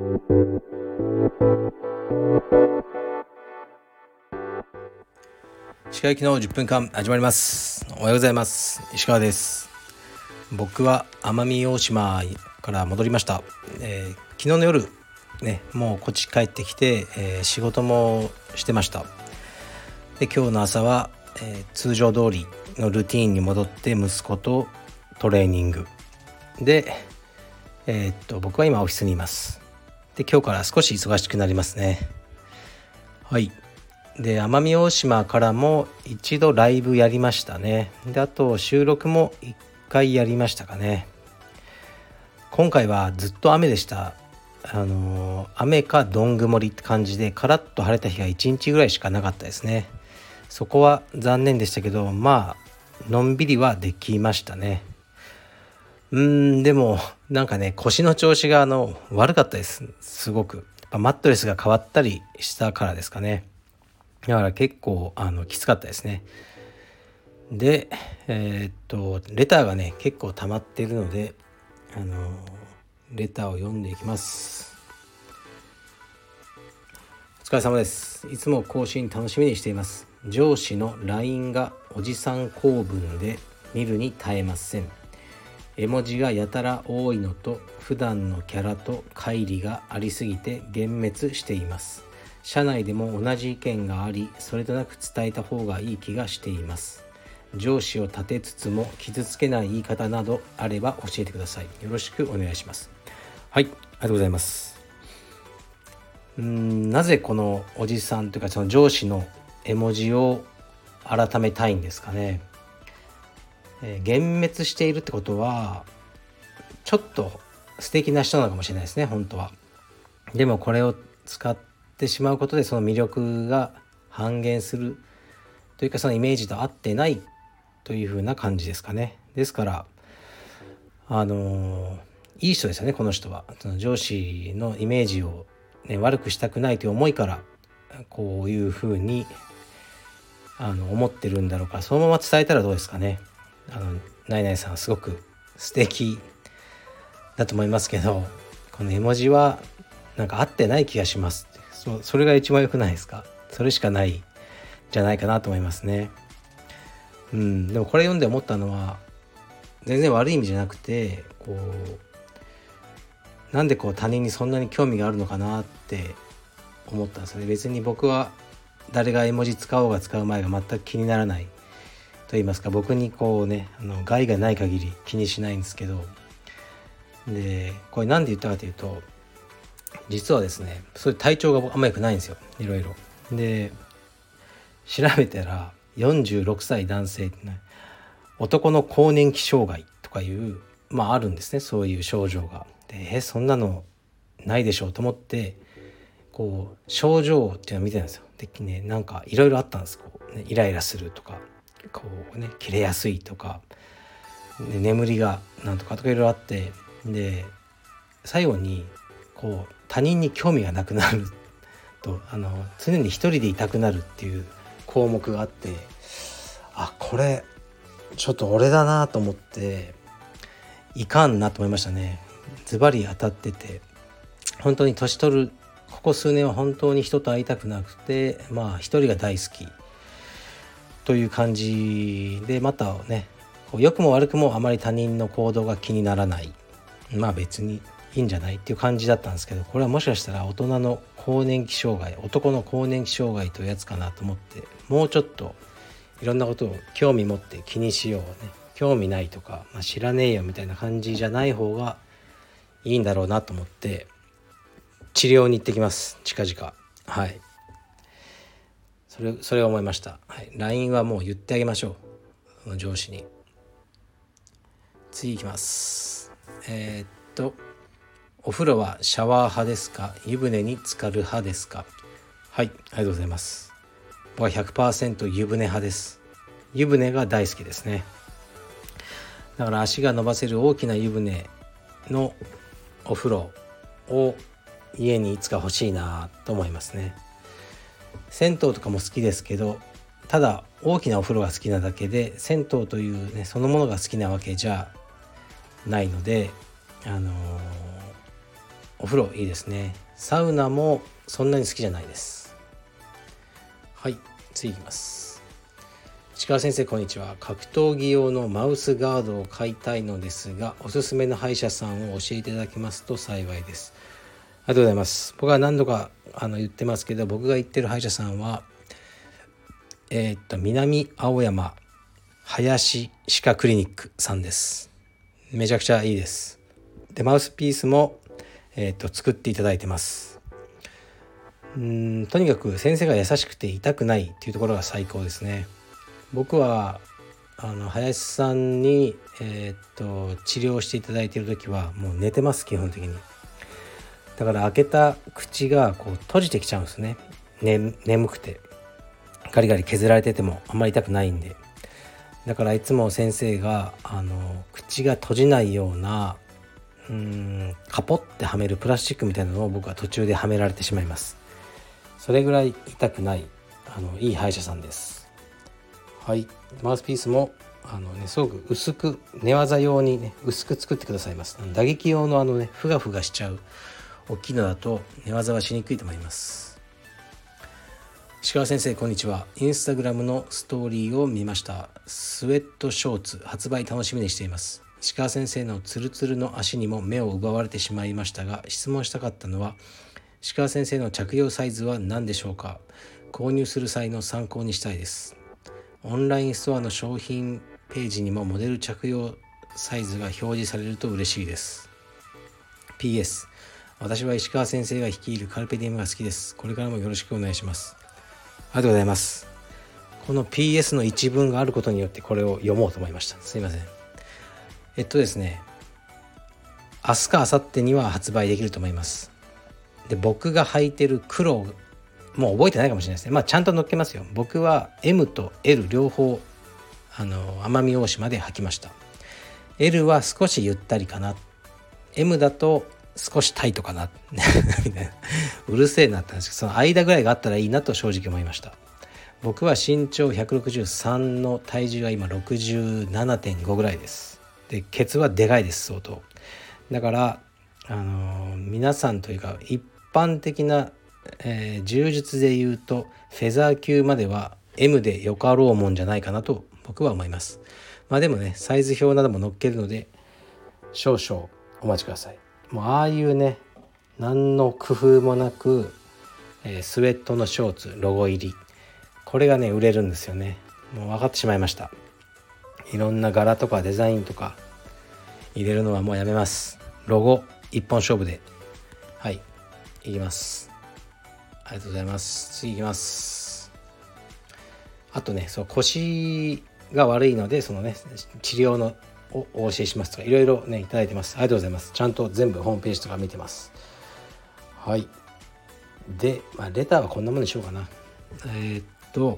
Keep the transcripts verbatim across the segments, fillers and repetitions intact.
石川行きのじゅっぷんかん始まります。おはようございます。石川です。僕は奄美大島から戻りました。えー、昨日の夜ね、もうこっち帰ってきて、えー、仕事もしてました。で、今日の朝は、えー、通常通りのルーティーンに戻って息子とトレーニングで、えー、っと僕は今オフィスにいます。で、今日から少し忙しくなりますね。はい。で、奄美大島からも一度ライブやりましたね。で、あと収録も一回やりましたかね。今回はずっと雨でした。あのー、雨かどん曇りって感じで、カラッと晴れた日がいちにちぐらいしかなかったですね。そこは残念でしたけど、まあのんびりはできましたね。うーんでもなんかね、腰の調子があの悪かったです。すごくマットレスが変わったりしたからですかね。だから結構あのきつかったですね。で、えー、っとレターがね結構溜まっているので、あのレターを読んでいきます。お疲れ様です。いつも更新楽しみにしています。上司の ライン がおじさん構文で見るに耐えません。絵文字がやたら多いのと普段のキャラと乖離がありすぎて幻滅しています。社内でも同じ意見があり、それとなく伝えた方がいい気がしています。上司を立てつつも傷つけない言い方などあれば教えてください。よろしくお願いします。はい、ありがとうございます。うーんなぜこのおじさんというかその上司の絵文字を改めたいんですかね。えー、幻滅しているってことはちょっと素敵な人なのかもしれないですね、本当は。でもこれを使ってしまうことでその魅力が半減するというか、そのイメージと合ってないという風な感じですかね。ですからあのー、いい人ですよね、この人は。その上司のイメージを、ね、悪くしたくないという思いからこういう風にあの思ってるんだろうから、そのまま伝えたらどうですかね。あのナイナイさんすごく素敵だと思いますけど、この絵文字はなんか合ってない気がします。 そ, それが一番良くないですか。それしかないじゃないかなと思いますね。うんでもこれ読んで思ったのは全然悪い意味じゃなくて、こうなんでこう他人にそんなに興味があるのかなって思ったんですよね。別に僕は誰が絵文字使おうが使う前が全く気にならないと言いますか、僕にこうねあの害がない限り気にしないんですけど、でこれなんで言ったかというと、実はですねそういう体調があんま良くないんですよ、いろいろ。で調べたらよんじゅうろくさい男性ってね、男の更年期障害とかいうまああるんですね、そういう症状が。でえそんなのないでしょうと思ってこう症状っていうのを見てたんですよ。でね、なんかいろいろあったんです。こう、ね、イライラするとか、こうね切れやすいとか、ね、眠りがなんとかとかいろいろあって、で最後にこう他人に興味がなくなると、あの常に一人でいたくなるっていう項目があって、あこれちょっと俺だなと思っていかんなと思いましたね。ズバリ当たってて、本当に年取るここ数年は本当に人と会いたくなくて、まあ一人が大好きという感じで、またねこう良くも悪くもあまり他人の行動が気にならない、まあ別にいいんじゃないっていう感じだったんですけど、これはもしかしたら大人の更年期障害、男の更年期障害というやつかなと思って、もうちょっといろんなことを興味持って気にしようね、興味ないとか、まあ、知らねえよみたいな感じじゃない方がいいんだろうなと思って治療に行ってきます、近々。はい、それそれを思いました。はい、ライン はもう言ってあげましょう、上司に。次いきます。えー、っとお風呂はシャワー派ですか、湯船に浸かる派ですか。はい、ありがとうございます。僕は ひゃくパーセント 湯船派です。湯船が大好きですね。だから足が伸ばせる大きな湯船のお風呂を家にいつか欲しいなと思いますね。銭湯とかも好きですけど、ただ大きなお風呂が好きなだけで銭湯というねそのものが好きなわけじゃないので、あのー、おお風呂いいですね。サウナもそんなに好きじゃないです。はい、次いきます。石川先生こんにちは。格闘技用のマウスガードを買いたいのですが、おすすめの歯医者さんを教えていただけますと幸いです。ありがとうございます。僕は何度かあの言ってますけど、僕が行ってる歯医者さんはえー、っと南青山林歯科クリニックさんです。めちゃくちゃいいです。でマウスピースも、えー、っと作っていただいてます。うーんとにかく先生が優しくて痛くないっていうところが最高ですね。僕はあの林さんに、えー、っと治療していただいている時はもう寝てます。基本的にだから開けた口がこう閉じてきちゃうんですね。ね眠くてガリガリ削られててもあんまり痛くないんで、だからいつも先生があの口が閉じないようなうーんカポってはめるプラスチックみたいなのを僕は途中ではめられてしまいます。それぐらい痛くないあのいい歯医者さんです。はい、マウスピースもあの、ね、すごく薄く寝技用に、ね、薄く作ってくださいます。打撃用のあのねふがふがしちゃう大きいのだと寝技はしにくいと思います。石川先生こんにちは。インスタグラムのストーリーを見ました。スウェットショーツ発売楽しみにしています。石川先生のツルツルの足にも目を奪われてしまいましたが、質問したかったのは石川先生の着用サイズは何でしょうか。購入する際の参考にしたいです。オンラインストアの商品ページにもモデル着用サイズが表示されると嬉しいです。 ピーエス 私は石川先生が率いるカルペディウムが好きです。これからもよろしくお願いします。ありがとうございます。この ピーエス の一文があることによってこれを読もうと思いました。すいません。えっとですね明日か明後日には発売できると思います。で僕が履いてる黒もう覚えてないかもしれないですね。まあちゃんと載っけますよ。僕は エム と エル 両方あの奄美大島で履きました。 エル は少しゆったりかな、 エム だと少しタイトかなうるせえなって話、その間ぐらいがあったらいいなと正直思いました。僕は身長ひゃくろくじゅうさんの体重は今 ろくじゅうななてんご ぐらいです。でケツはでかいです。相当だからあのー、皆さんというか一般的な、えー、柔術でいうとフェザー級までは エム でよかろうもんじゃないかなと僕は思います。まあでもねサイズ表なども載っけるので少々お待ちください。もうああいうね何の工夫もなく、えー、スウェットのショーツロゴ入り、これがね売れるんですよね。もう分かってしまいました。いろんな柄とかデザインとか入れるのはもうやめます。ロゴ一本勝負ではいいきます。ありがとうございます。次いきます。あとねそう腰が悪いのでそのね治療のをお教えしますとかいろいろねいただいてます。ありがとうございます。ちゃんと全部ホームページとか見てます。はいで、まあ、レターはこんなもんでしょうかな。えー、っと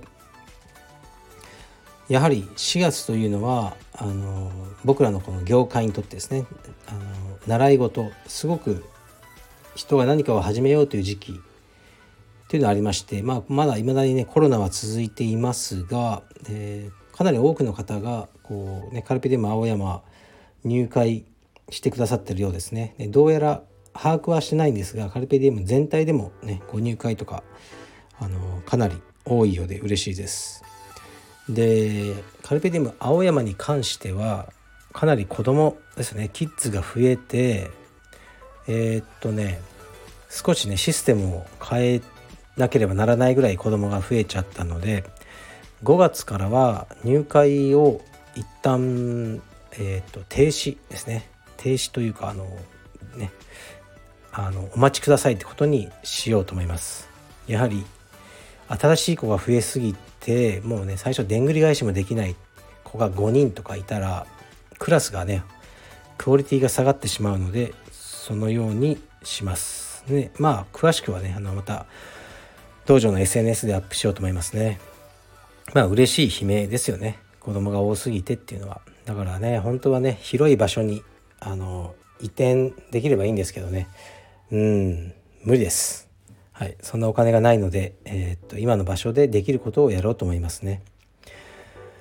やはりしがつというのはあの僕らのこの業界にとってですねあの習い事すごく人が何かを始めようという時期っていうのがありまして、まあ、まだいまだにねコロナは続いていますが、えー、かなり多くの方がこう、ね、カルペディウム青山入会してくださってるようですね。でどうやら把握はしてないんですがカルペディウム全体でもねご入会とかあのかなり多いようで嬉しいです。でカルペディウム青山に関してはかなり子供ですねキッズが増えてえー、っとね少しねシステムを変えなければならないぐらい子供が増えちゃったのでごがつからは入会を一旦、えー、っと停止ですね停止というかあのねあのお待ちくださいってことにしようと思います。やはり新しい子が増えすぎてもうね最初でんぐり返しもできない子がごにんとかいたらクラスがねクオリティが下がってしまうのでそのようにしますね。まあ詳しくはねあのまた道場の エスエヌエス でアップしようと思いますね。まあ嬉しい悲鳴ですよね。子供が多すぎてっていうのは。だからね本当はね広い場所にあの移転できればいいんですけどねうん無理です。はい、そんなお金がないので、えー、っと今の場所でできることをやろうと思いますね。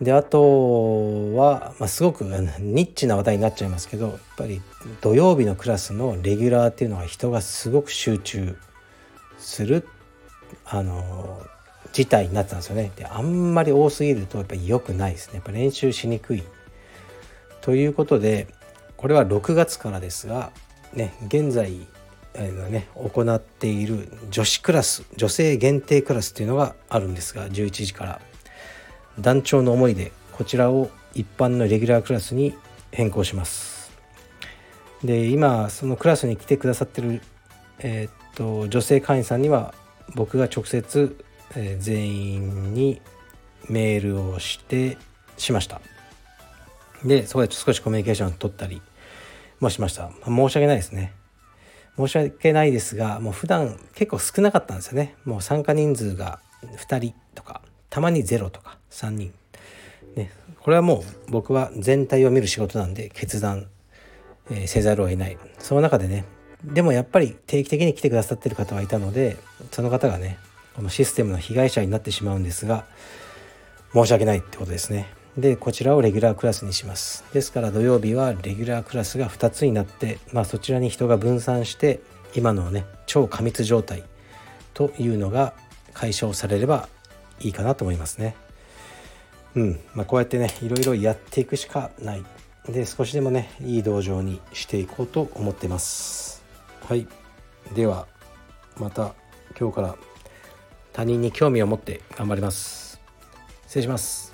であとは、まあ、すごくニッチな話題になっちゃいますけど、やっぱり土曜日のクラスのレギュラーっていうのは人がすごく集中するあの事態になってたんですよね。であんまり多すぎるとやっぱり良くないですね。やっぱ練習しにくいということで、これはろくがつからですがね、現在あの、ね、行っている女子クラス、女性限定クラスっていうのがあるんですが、じゅういちじから団長の思いでこちらを一般のレギュラークラスに変更します。で今そのクラスに来てくださってる、えー、っと女性会員さんには僕が直接、えー、全員にメールをしてしました。でそこで少しコミュニケーションを取ったりもしました。申し訳ないですね。申し訳ないですが、もう普段結構少なかったんですよね。もう参加人数がふたりとか、たまにゼロとかさんにん、ね、これはもう僕は全体を見る仕事なんで決断、えー、せざるを得ない。その中でね、でもやっぱり定期的に来てくださってる方はいたので、その方がねこのシステムの被害者になってしまうんですが、申し訳ないってことですね。でこちらをレギュラークラスにします。ですから土曜日はレギュラークラスがふたつになって、まあ、そちらに人が分散して今のね超過密状態というのが解消されればいいかなと思いますね。うんまあ、こうやってねいろいろやっていくしかないで、少しでもねいい道場にしていこうと思ってます。はい、ではまた今日から他人に興味を持って頑張ります。失礼します。